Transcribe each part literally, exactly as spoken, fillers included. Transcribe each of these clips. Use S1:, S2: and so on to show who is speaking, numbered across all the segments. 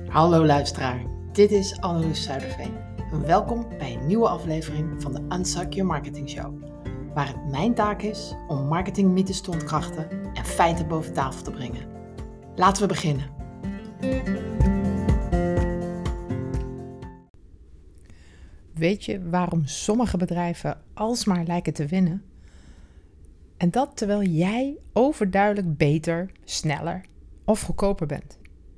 S1: Hallo luisteraar, dit is Anneloes Zuiderveen. Welkom bij een nieuwe aflevering van de Unsuck Your Marketing Show. Waar het mijn taak is om marketingmythes te ontkrachten en feiten boven tafel te brengen. Laten we beginnen. Weet je waarom sommige bedrijven alsmaar lijken te winnen? En dat terwijl jij overduidelijk beter, sneller of goedkoper bent.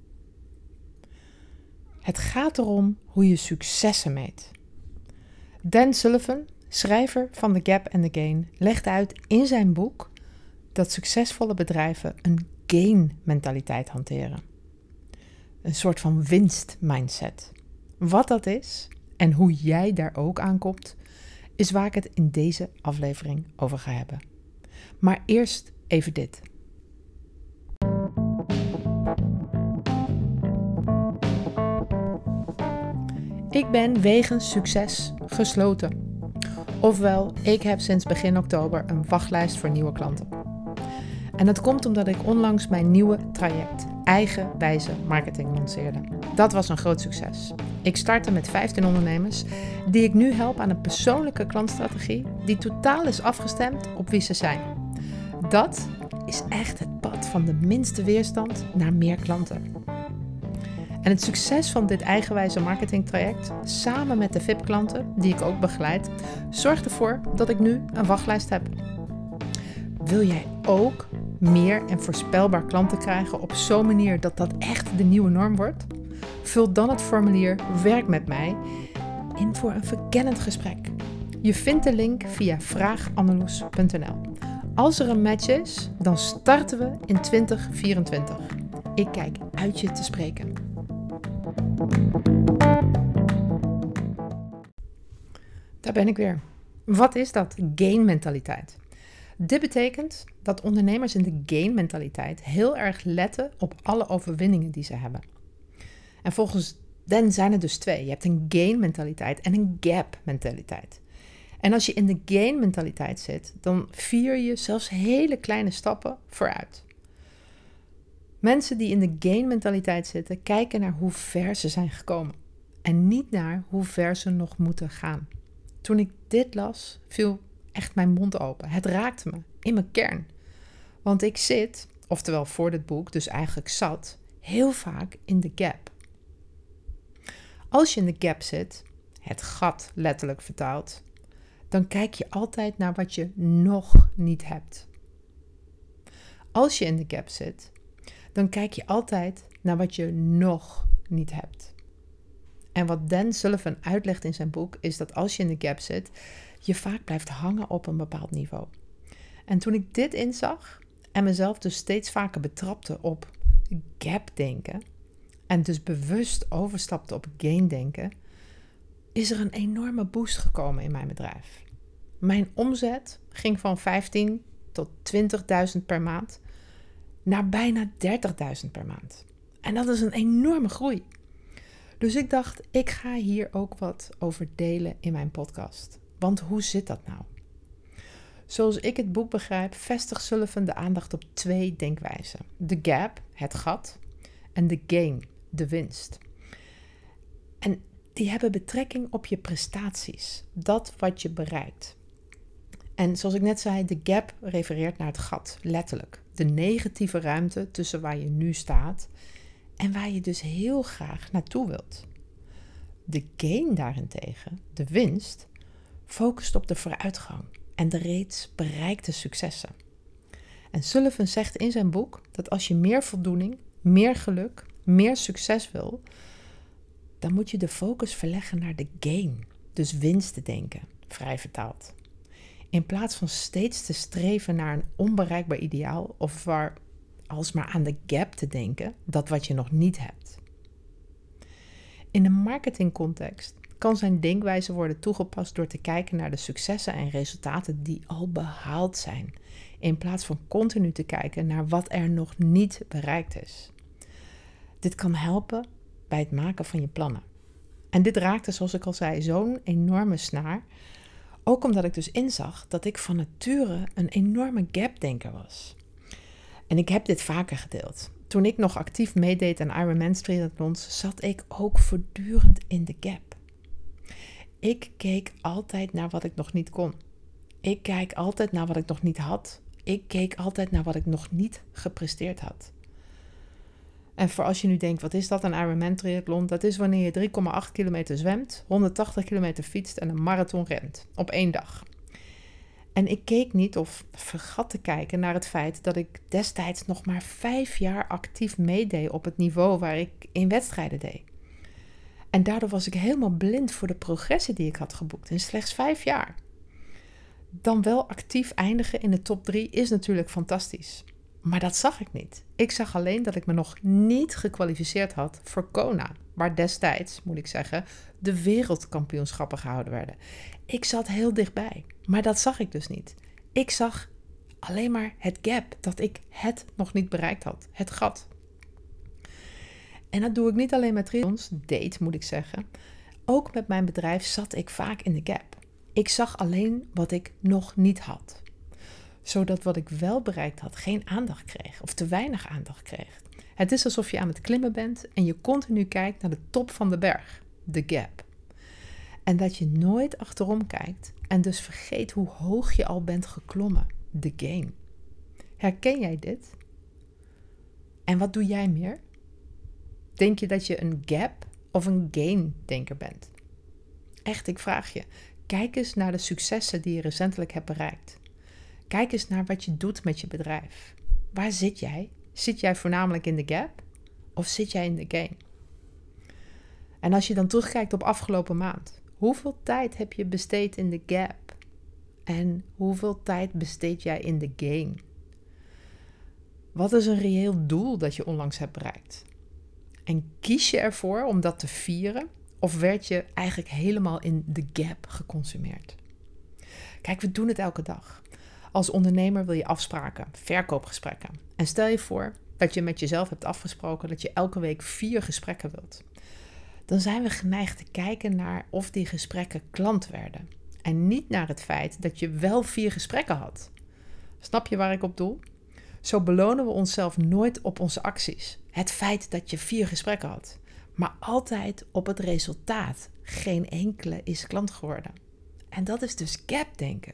S1: Het gaat erom hoe je successen meet. Dan Sullivan, schrijver van The Gap and the Gain, legt uit in zijn boek dat succesvolle bedrijven een gain-mentaliteit hanteren. Een soort van winst-mindset. Wat dat is en hoe jij daar ook aankomt, is waar ik het in deze aflevering over ga hebben. Maar eerst even dit. Ik ben wegens succes gesloten. Ofwel, ik heb sinds begin oktober een wachtlijst voor nieuwe klanten. En dat komt omdat ik onlangs mijn nieuwe traject, Eigenwijze Marketing, lanceerde. Dat was een groot succes. Ik startte met vijftien ondernemers die ik nu help aan een persoonlijke klantstrategie die totaal is afgestemd op wie ze zijn. Dat is echt het pad van de minste weerstand naar meer klanten. En het succes van dit eigenwijze marketingtraject, samen met de V I P-klanten die ik ook begeleid, zorgt ervoor dat ik nu een wachtlijst heb. Wil jij ook meer en voorspelbaar klanten krijgen op zo'n manier dat dat echt de nieuwe norm wordt? Vul dan het formulier Werk met mij in voor een verkennend gesprek. Je vindt de link via vraag anneloes punt n l. Als er een match is, dan starten we in twintig vierentwintig. Ik kijk uit je te spreken. Daar ben ik weer. Wat is dat? Gain-mentaliteit. Dit betekent dat ondernemers in de gain-mentaliteit heel erg letten op alle overwinningen die ze hebben. En volgens Dan zijn er dus twee. Je hebt een gain-mentaliteit en een gap-mentaliteit. En als je in de gain-mentaliteit zit, dan vier je zelfs hele kleine stappen vooruit. Mensen die in de gain-mentaliteit zitten, kijken naar hoe ver ze zijn gekomen. En niet naar hoe ver ze nog moeten gaan. Toen ik dit las, viel echt mijn mond open. Het raakte me in mijn kern. Want ik zit, oftewel voor dit boek, dus eigenlijk zat, heel vaak in de gap. Als je in de gap zit, het gat letterlijk vertaald, dan kijk je altijd naar wat je nog niet hebt. Als je in de gap zit, dan kijk je altijd naar wat je nog niet hebt. En wat Dan Sullivan uitlegt in zijn boek is dat als je in de gap zit, je vaak blijft hangen op een bepaald niveau. En toen ik dit inzag en mezelf dus steeds vaker betrapte op gap denken en dus bewust overstapte op gain denken, is er een enorme boost gekomen in mijn bedrijf. Mijn omzet ging van vijftien tot twintigduizend per maand naar bijna dertigduizend per maand. En dat is een enorme groei. Dus ik dacht, ik ga hier ook wat over delen in mijn podcast. Want hoe zit dat nou? Zoals ik het boek begrijp, vestigt Sullivan de aandacht op twee denkwijzen. De gap, het gat, en de gain, de winst. En die hebben betrekking op je prestaties, dat wat je bereikt. En zoals ik net zei, de gap refereert naar het gat, letterlijk. De negatieve ruimte tussen waar je nu staat en waar je dus heel graag naartoe wilt. De gain daarentegen, de winst, focust op de vooruitgang en de reeds bereikte successen. En Sullivan zegt in zijn boek dat als je meer voldoening, meer geluk, meer succes wil, dan moet je de focus verleggen naar de gain, dus winst te denken, vrij vertaald. In plaats van steeds te streven naar een onbereikbaar ideaal of waar alsmaar aan de gap te denken, dat wat je nog niet hebt. In een marketingcontext kan zijn denkwijze worden toegepast door te kijken naar de successen en resultaten die al behaald zijn, in plaats van continu te kijken naar wat er nog niet bereikt is. Dit kan helpen bij het maken van je plannen. En dit raakte, zoals ik al zei, zo'n enorme snaar. Ook omdat ik dus inzag dat ik van nature een enorme gapdenker was. En ik heb dit vaker gedeeld. toen ik nog actief meedeed aan Ironman triathlons, zat ik ook voortdurend in de gap. Ik keek altijd naar wat ik nog niet kon. Ik kijk altijd naar wat ik nog niet had. Ik keek altijd naar wat ik nog niet gepresteerd had. En voor als je nu denkt, wat is dat, een Ironman triathlon? Dat is wanneer je drie komma acht kilometer zwemt, honderdtachtig kilometer fietst en een marathon rent. Op één dag. En ik keek niet of vergat te kijken naar het feit dat ik destijds nog maar vijf jaar actief meedeed op het niveau waar ik in wedstrijden deed. En daardoor was ik helemaal blind voor de progressie die ik had geboekt in slechts vijf jaar. Dan wel actief eindigen in de top drie is natuurlijk fantastisch. Maar dat zag ik niet. Ik zag alleen dat ik me nog niet gekwalificeerd had voor Kona, waar destijds, moet ik zeggen, de wereldkampioenschappen gehouden werden. Ik zat heel dichtbij, maar dat zag ik dus niet. Ik zag alleen maar het gap, dat ik het nog niet bereikt had, het gat. En dat doe ik niet alleen met triathlons, deed moet ik zeggen. Ook met mijn bedrijf zat ik vaak in de gap. Ik zag alleen wat ik nog niet had. Zodat wat ik wel bereikt had geen aandacht kreeg of te weinig aandacht kreeg. Het is alsof je aan het klimmen bent en je continu kijkt naar de top van de berg, de gap. En dat je nooit achterom kijkt en dus vergeet hoe hoog je al bent geklommen, de gain. Herken jij dit? En wat doe jij meer? Denk je dat je een gap of een gain-denker bent? Echt, ik vraag je. Kijk eens naar de successen die je recentelijk hebt bereikt. Kijk eens naar wat je doet met je bedrijf. Waar zit jij? Zit jij voornamelijk in de gap of zit jij in de gain? En als je dan terugkijkt op afgelopen maand, hoeveel tijd heb je besteed in de gap? En hoeveel tijd besteed jij in de gain? Wat is een reëel doel dat je onlangs hebt bereikt? En kies je ervoor om dat te vieren? Of werd je eigenlijk helemaal in de gap geconsumeerd? Kijk, we doen het elke dag. Als ondernemer wil je afspraken, verkoopgesprekken. En stel je voor dat je met jezelf hebt afgesproken dat je elke week vier gesprekken wilt. Dan zijn we geneigd te kijken naar of die gesprekken klant werden. En niet naar het feit dat je wel vier gesprekken had. Snap je waar ik op doel? Zo belonen we onszelf nooit op onze acties. Het feit dat je vier gesprekken had. Maar altijd op het resultaat. Geen enkele is klant geworden. En dat is dus gap-denken.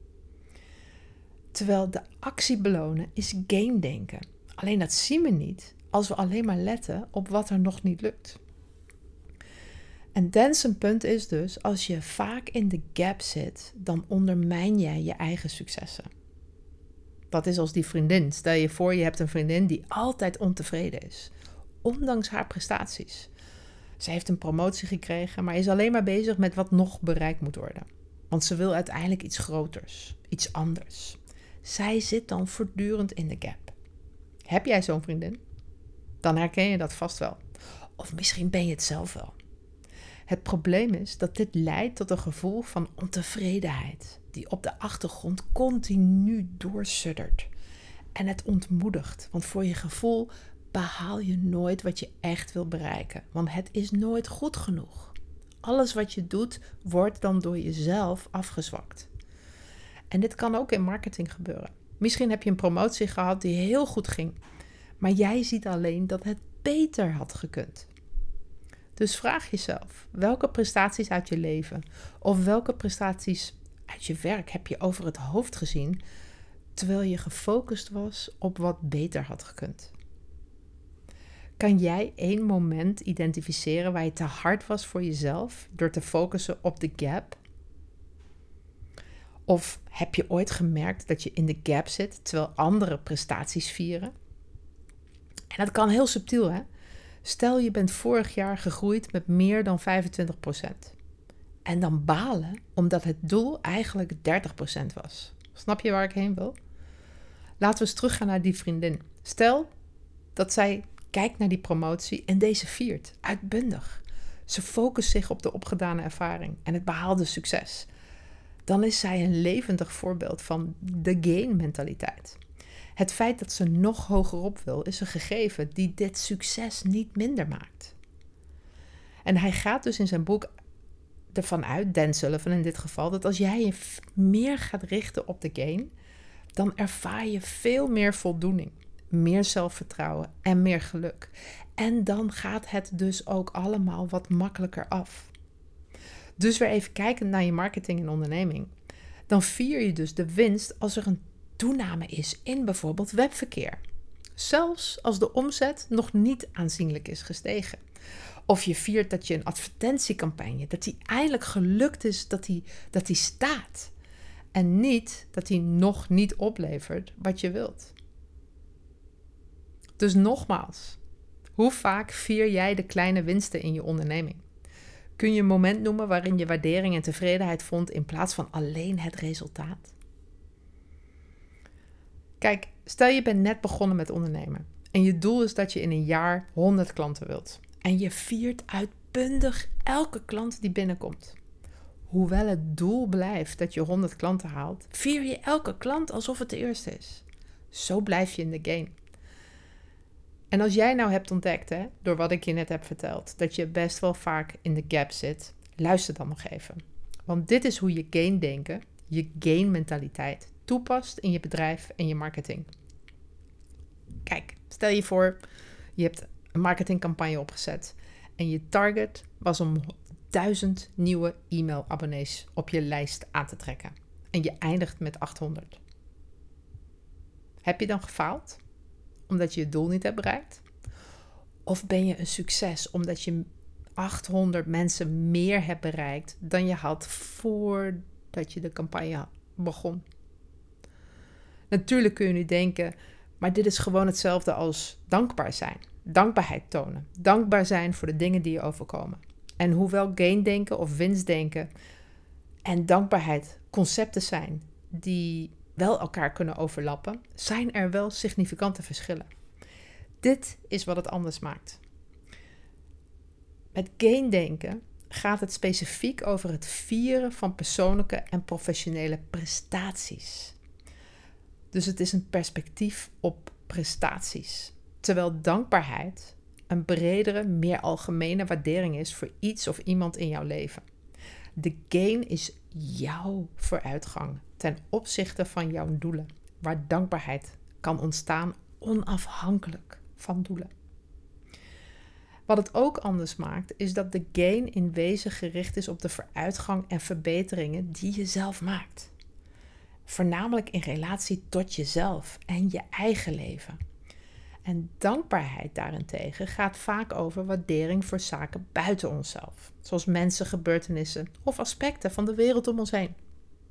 S1: Terwijl de actie belonen is gain-denken. Alleen dat zien we niet als we alleen maar letten op wat er nog niet lukt. En Dan's punt is dus, als je vaak in de gap zit, dan ondermijn jij je eigen successen. Dat is als die vriendin. Stel je voor, je hebt een vriendin die altijd ontevreden is. Ondanks haar prestaties. Ze heeft een promotie gekregen, maar is alleen maar bezig met wat nog bereikt moet worden. Want ze wil uiteindelijk iets groters, iets anders. Zij zit dan voortdurend in de gap. Heb jij zo'n vriendin? Dan herken je dat vast wel. Of misschien ben je het zelf wel. Het probleem is dat dit leidt tot een gevoel van ontevredenheid, die op de achtergrond continu doorsuddert. En het ontmoedigt, want voor je gevoel behaal je nooit wat je echt wil bereiken, want het is nooit goed genoeg. Alles wat je doet, wordt dan door jezelf afgezwakt. En dit kan ook in marketing gebeuren. Misschien heb je een promotie gehad die heel goed ging, maar jij ziet alleen dat het beter had gekund. Dus vraag jezelf, welke prestaties uit je leven of welke prestaties uit je werk heb je over het hoofd gezien, terwijl je gefocust was op wat beter had gekund? Kan jij één moment identificeren waar je te hard was voor jezelf door te focussen op de gap? Of heb je ooit gemerkt dat je in de gap zit terwijl andere prestaties vieren? En dat kan heel subtiel, hè? Stel je bent vorig jaar gegroeid met meer dan vijfentwintig procent. En dan balen omdat het doel eigenlijk dertig procent was. Snap je waar ik heen wil? Laten we eens teruggaan naar die vriendin. Stel dat zij kijkt naar die promotie en deze viert, uitbundig. Ze focust zich op de opgedane ervaring en het behaalde succes. Dan is zij een levendig voorbeeld van de gain-mentaliteit. Het feit dat ze nog hoger op wil, is een gegeven die dit succes niet minder maakt. En hij gaat dus in zijn boek ervan uit, Dan Sullivan in dit geval, dat als jij je meer gaat richten op de gain, dan ervaar je veel meer voldoening. meer zelfvertrouwen en meer geluk. En dan gaat het dus ook allemaal wat makkelijker af. Dus weer even kijken naar je marketing en onderneming. Dan vier je dus de winst als er een toename is in bijvoorbeeld webverkeer. Zelfs als de omzet nog niet aanzienlijk is gestegen. Of je viert dat je een advertentiecampagne, dat die eindelijk gelukt is, dat die, dat die staat. En niet dat die nog niet oplevert wat je wilt. Dus nogmaals, hoe vaak vier jij de kleine winsten in je onderneming? Kun je een moment noemen waarin je waardering en tevredenheid vond in plaats van alleen het resultaat? Kijk, stel je bent net begonnen met ondernemen en je doel is dat je in een jaar honderd klanten wilt. En je viert uitbundig elke klant die binnenkomt. Hoewel het doel blijft dat je honderd klanten haalt, vier je elke klant alsof het de eerste is. Zo blijf je in de game. En als jij nou hebt ontdekt, hè, door wat ik je net heb verteld, dat je best wel vaak in de gap zit, luister dan nog even. Want dit is hoe je gain denken, je gain mentaliteit toepast in je bedrijf en je marketing. Kijk, stel je voor, je hebt een marketingcampagne opgezet en je target was om duizend nieuwe e-mailabonnees op je lijst aan te trekken. En je eindigt met achthonderd. Heb je dan gefaald? Omdat je je doel niet hebt bereikt? Of ben je een succes omdat je achthonderd mensen meer hebt bereikt dan je had voordat je de campagne begon? Natuurlijk kun je nu denken, maar dit is gewoon hetzelfde als dankbaar zijn. Dankbaarheid tonen. Dankbaar zijn voor de dingen die je overkomen. En hoewel gain-denken of winstdenken en dankbaarheid concepten zijn die wel elkaar kunnen overlappen, zijn er wel significante verschillen. Dit is wat het anders maakt. Met gain-denken gaat het specifiek over het vieren van persoonlijke en professionele prestaties. Dus het is een perspectief op prestaties. Terwijl dankbaarheid een bredere, meer algemene waardering is voor iets of iemand in jouw leven. De gain is jouw vooruitgang ten opzichte van jouw doelen, waar dankbaarheid kan ontstaan onafhankelijk van doelen. Wat het ook anders maakt, is dat de gain in wezen gericht is op de vooruitgang en verbeteringen die je zelf maakt. Voornamelijk in relatie tot jezelf en je eigen leven. En dankbaarheid daarentegen gaat vaak over waardering voor zaken buiten onszelf. Zoals mensen, gebeurtenissen of aspecten van de wereld om ons heen.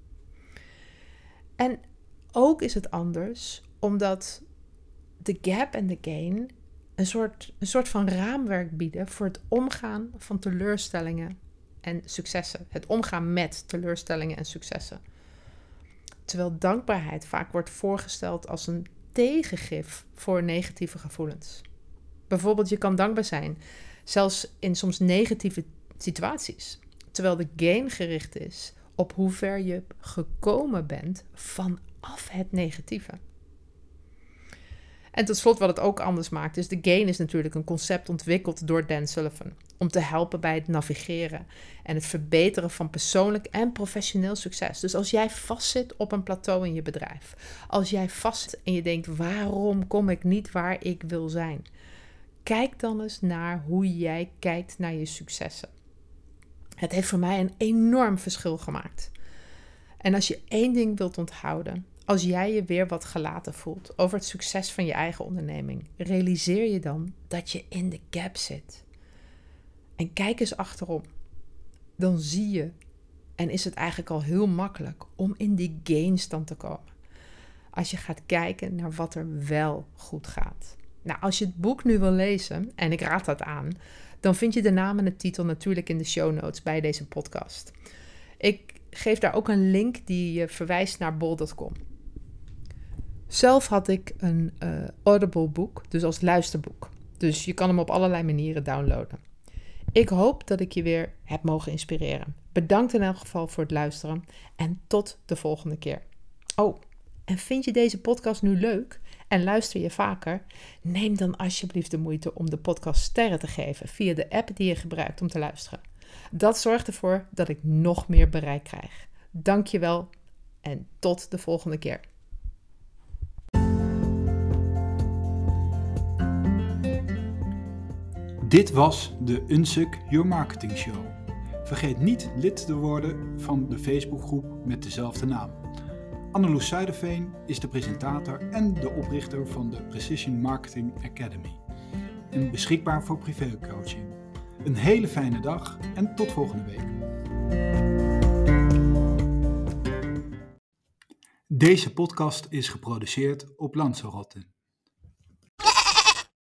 S1: En ook is het anders omdat de gap en de gain een soort, een soort van raamwerk bieden voor het omgaan van teleurstellingen en successen. Het omgaan met teleurstellingen en successen. Terwijl dankbaarheid vaak wordt voorgesteld als een tegengif voor negatieve gevoelens. Bijvoorbeeld, je kan dankbaar zijn, zelfs in soms negatieve situaties. Terwijl de gain gericht is op hoe ver je gekomen bent vanaf het negatieve. En tot slot wat het ook anders maakt is, de gain is natuurlijk een concept ontwikkeld door Dan Sullivan. Om te helpen bij het navigeren en het verbeteren van persoonlijk en professioneel succes. Dus als jij vastzit op een plateau in je bedrijf. Als jij vastzit en je denkt, waarom kom ik niet waar ik wil zijn? Kijk dan eens naar hoe jij kijkt naar je successen. Het heeft voor mij een enorm verschil gemaakt. En als je één ding wilt onthouden, als jij je weer wat gelaten voelt over het succes van je eigen onderneming, realiseer je dan dat je in de gap zit. En kijk eens achterom. Dan zie je, en is het eigenlijk al heel makkelijk om in die gainstand te komen. Als je gaat kijken naar wat er wel goed gaat. Nou, als je het boek nu wil lezen, en ik raad dat aan, dan vind je de naam en de titel natuurlijk in de show notes bij deze podcast. Ik geef daar ook een link die je verwijst naar bol punt com. Zelf had ik een uh, Audible boek, dus als luisterboek. Dus je kan hem op allerlei manieren downloaden. Ik hoop dat ik je weer heb mogen inspireren. Bedankt in elk geval voor het luisteren en tot de volgende keer. Oh, en vind je deze podcast nu leuk en luister je vaker? Neem dan alsjeblieft de moeite om de podcast sterren te geven via de app die je gebruikt om te luisteren. Dat zorgt ervoor dat ik nog meer bereik krijg. Dank je wel en tot de volgende keer.
S2: Dit was de Unsuck Your Marketing Show. Vergeet niet lid te worden van de Facebookgroep met dezelfde naam. Anneloes Zuiderveen is de presentator en de oprichter van de Precision Marketing Academy. En beschikbaar voor privécoaching. Een hele fijne dag en tot volgende week. Deze podcast is geproduceerd op Lanzarote.